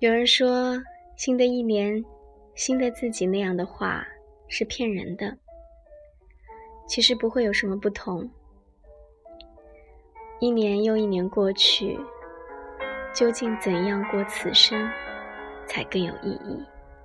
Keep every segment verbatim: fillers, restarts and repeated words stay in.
有人说新的一年新的自己那样的话是骗人的，其实不会有什么不同。一年又一年过去，究竟怎样过此生才更有意义？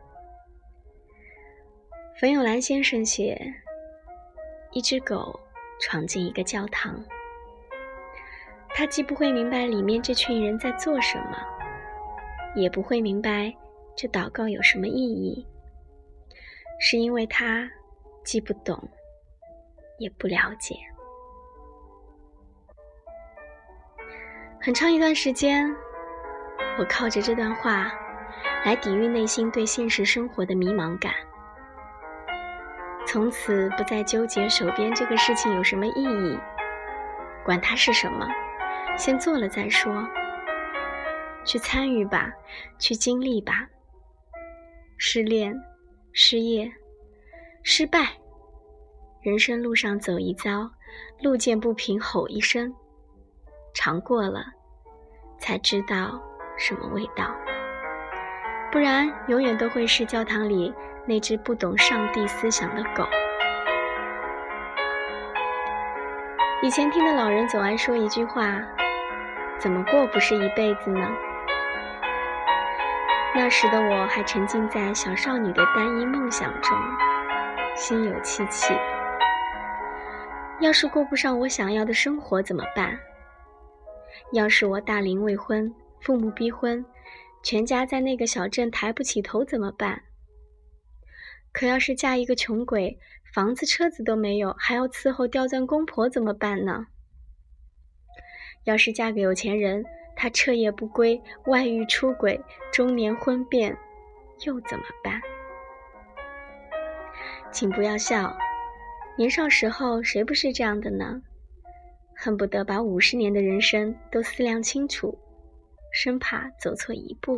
冯友兰先生写，一只狗闯进一个教堂，他既不会明白里面这群人在做什么，也不会明白这祷告有什么意义，是因为他既不懂也不了解。很长一段时间，我靠着这段话来抵御内心对现实生活的迷茫感，从此不再纠结手边这个事情有什么意义，管它是什么，先做了再说，去参与吧，去经历吧。失恋、失业、失败，人生路上走一遭，路见不平吼一声，尝过了才知道什么味道，不然永远都会是教堂里那只不懂上帝思想的狗。以前听的老人总爱说一句话，怎么过不是一辈子呢？那时的我还沉浸在小少女的单一梦想中，心有戚戚。要是过不上我想要的生活怎么办？要是我大龄未婚，父母逼婚，全家在那个小镇抬不起头怎么办？可要是嫁一个穷鬼，房子车子都没有，还要伺候刁钻公婆怎么办呢？要是嫁给有钱人，他彻夜不归，外遇出轨，中年婚变，又怎么办？请不要笑，年少时候谁不是这样的呢？恨不得把五十年的人生都思量清楚，生怕走错一步。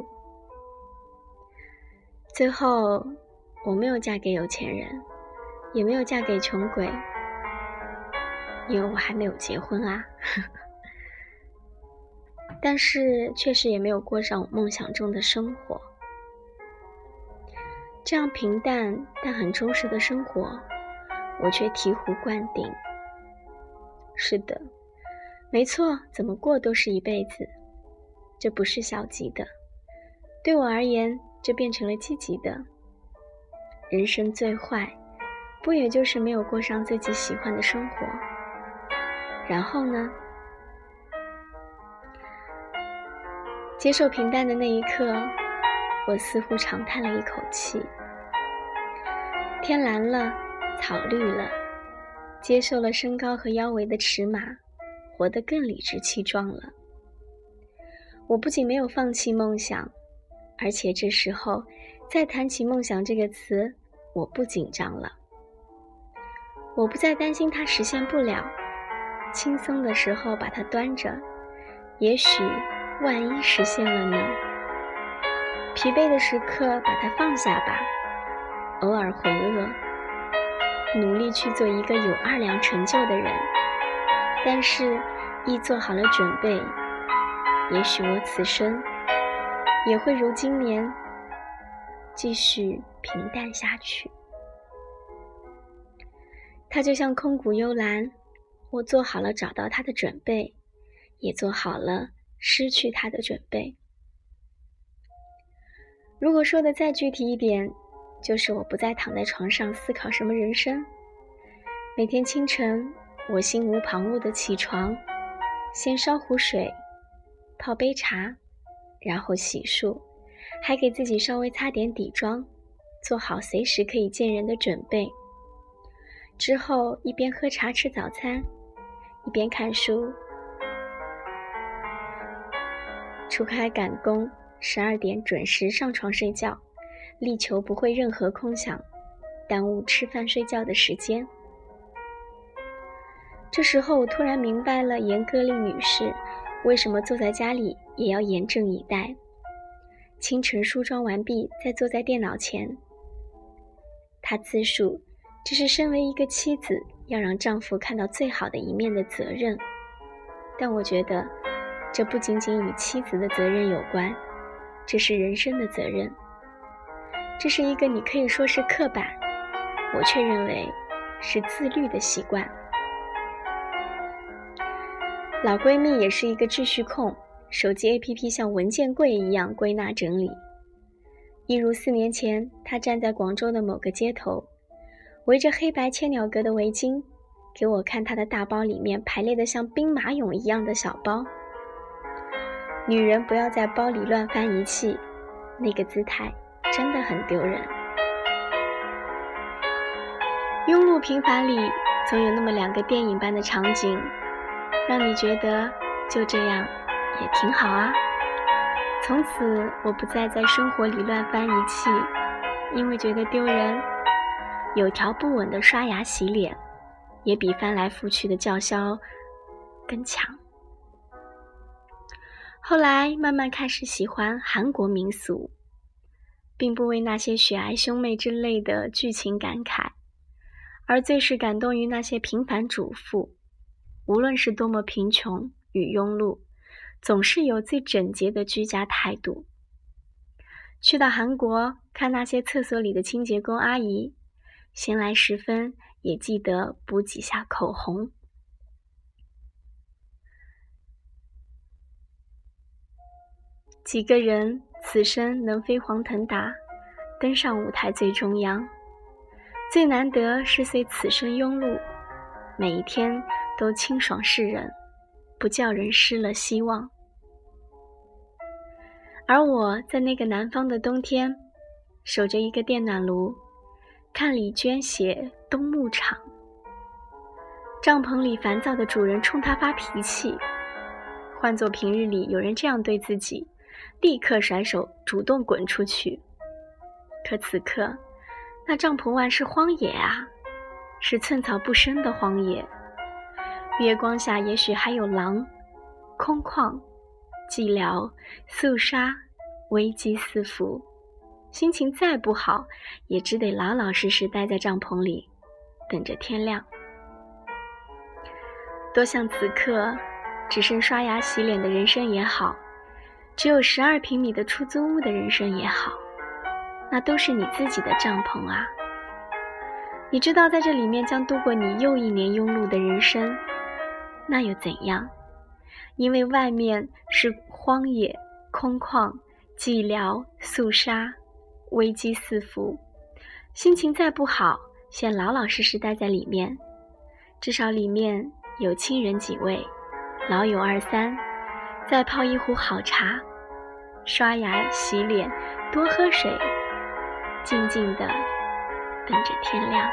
最后我没有嫁给有钱人，也没有嫁给穷鬼，因为我还没有结婚啊。但是确实也没有过上我梦想中的生活。这样平淡但很充实的生活，我却醍醐灌顶。是的，没错，怎么过都是一辈子，这不是消极的，对我而言，这变成了积极的。人生最坏，不也就是没有过上自己喜欢的生活？然后呢？接受平淡的那一刻，我似乎长叹了一口气。天蓝了，草绿了，接受了身高和腰围的尺码，活得更理直气壮了。我不仅没有放弃梦想，而且这时候再谈起梦想这个词，我不紧张了。我不再担心它实现不了，轻松的时候把它端着，也许万一实现了呢？疲惫的时刻把它放下吧，偶尔浑噩，努力去做一个有二两成就的人。但是一做好了准备，也许我此生也会如今年继续平淡下去。它就像空谷幽兰，我做好了找到它的准备，也做好了失去它的准备。如果说的再具体一点，就是我不再躺在床上思考什么人生。每天清晨，我心无旁骛地起床，先烧壶水，泡杯茶，然后洗漱，还给自己稍微擦点底妆，做好随时可以见人的准备。之后一边喝茶吃早餐，一边看书。除开赶工，十二点准时上床睡觉，力求不会任何空想，耽误吃饭睡觉的时间。这时候我突然明白了严歌苓女士为什么坐在家里也要严阵以待，清晨梳妆完毕再坐在电脑前。她自述这是身为一个妻子要让丈夫看到最好的一面的责任，但我觉得这不仅仅与妻子的责任有关， 这是人生的责任。这是一个你可以说是刻板，我却认为是自律的习惯。老闺蜜也是一个秩序控，手机 A P P 像文件柜一样归纳整理。一如四年前，她站在广州的某个街头，围着黑白千鸟格的围巾，给我看她的大包里面排列的像兵马俑一样的小包。女人不要在包里乱翻一气，那个姿态真的很丢人。庸碌平凡里总有那么两个电影般的场景，让你觉得就这样也挺好啊。从此我不再在生活里乱翻一气，因为觉得丢人。有条不紊的刷牙洗脸，也比翻来覆去的叫嚣更强。后来慢慢开始喜欢韩国民俗，并不为那些血爱兄妹之类的剧情感慨，而最是感动于那些平凡主妇，无论是多么贫穷与庸碌，总是有最整洁的居家态度。去到韩国，看那些厕所里的清洁工阿姨，闲来时分也记得补几下口红。几个人此生能飞黄腾达，登上舞台最中央，最难得是虽此生庸碌，每一天都清爽世人，不叫人失了希望。而我在那个南方的冬天，守着一个电暖炉，看李娟写冬牧场。帐篷里烦躁的主人冲他发脾气，换作平日里有人这样对自己，立刻甩手主动滚出去。可此刻那帐篷外是荒野啊，是寸草不生的荒野。月光下也许还有狼，空旷寂寥，肃杀，危机四伏。心情再不好，也只得老老实实待在帐篷里，等着天亮。多像此刻只剩刷牙洗脸的人生也好，只有十二平米的出租屋的人生也好，那都是你自己的帐篷啊。你知道在这里面将度过你又一年庸碌的人生，那又怎样？因为外面是荒野、空旷、寂寥、肃杀、危机四伏。心情再不好，先老老实实待在里面，至少里面有亲人几位，老友二三，再泡一壶好茶，刷牙洗脸，多喝水，静静地等着天亮。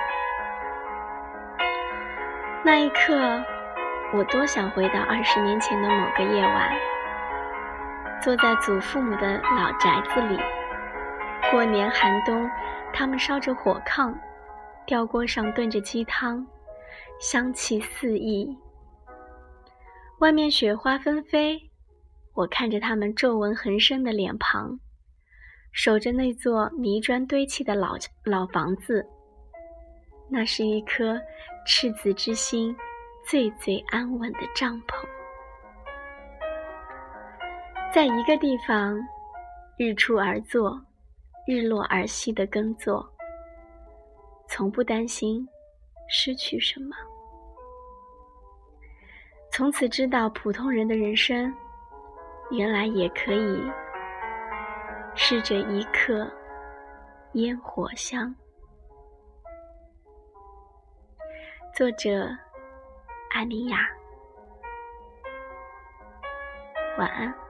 那一刻，我多想回到二十年前的某个夜晚，坐在祖父母的老宅子里，过年寒冬，他们烧着火炕，吊锅上炖着鸡汤，香气四溢。外面雪花纷飞，我看着他们皱纹横生的脸庞，守着那座泥砖堆砌的老老房子，那是一颗赤子之心最最安稳的帐篷。在一个地方，日出而作，日落而息的耕作，从不担心失去什么。从此知道普通人的人生原来也可以是这一刻烟火香。作者艾米亚，晚安。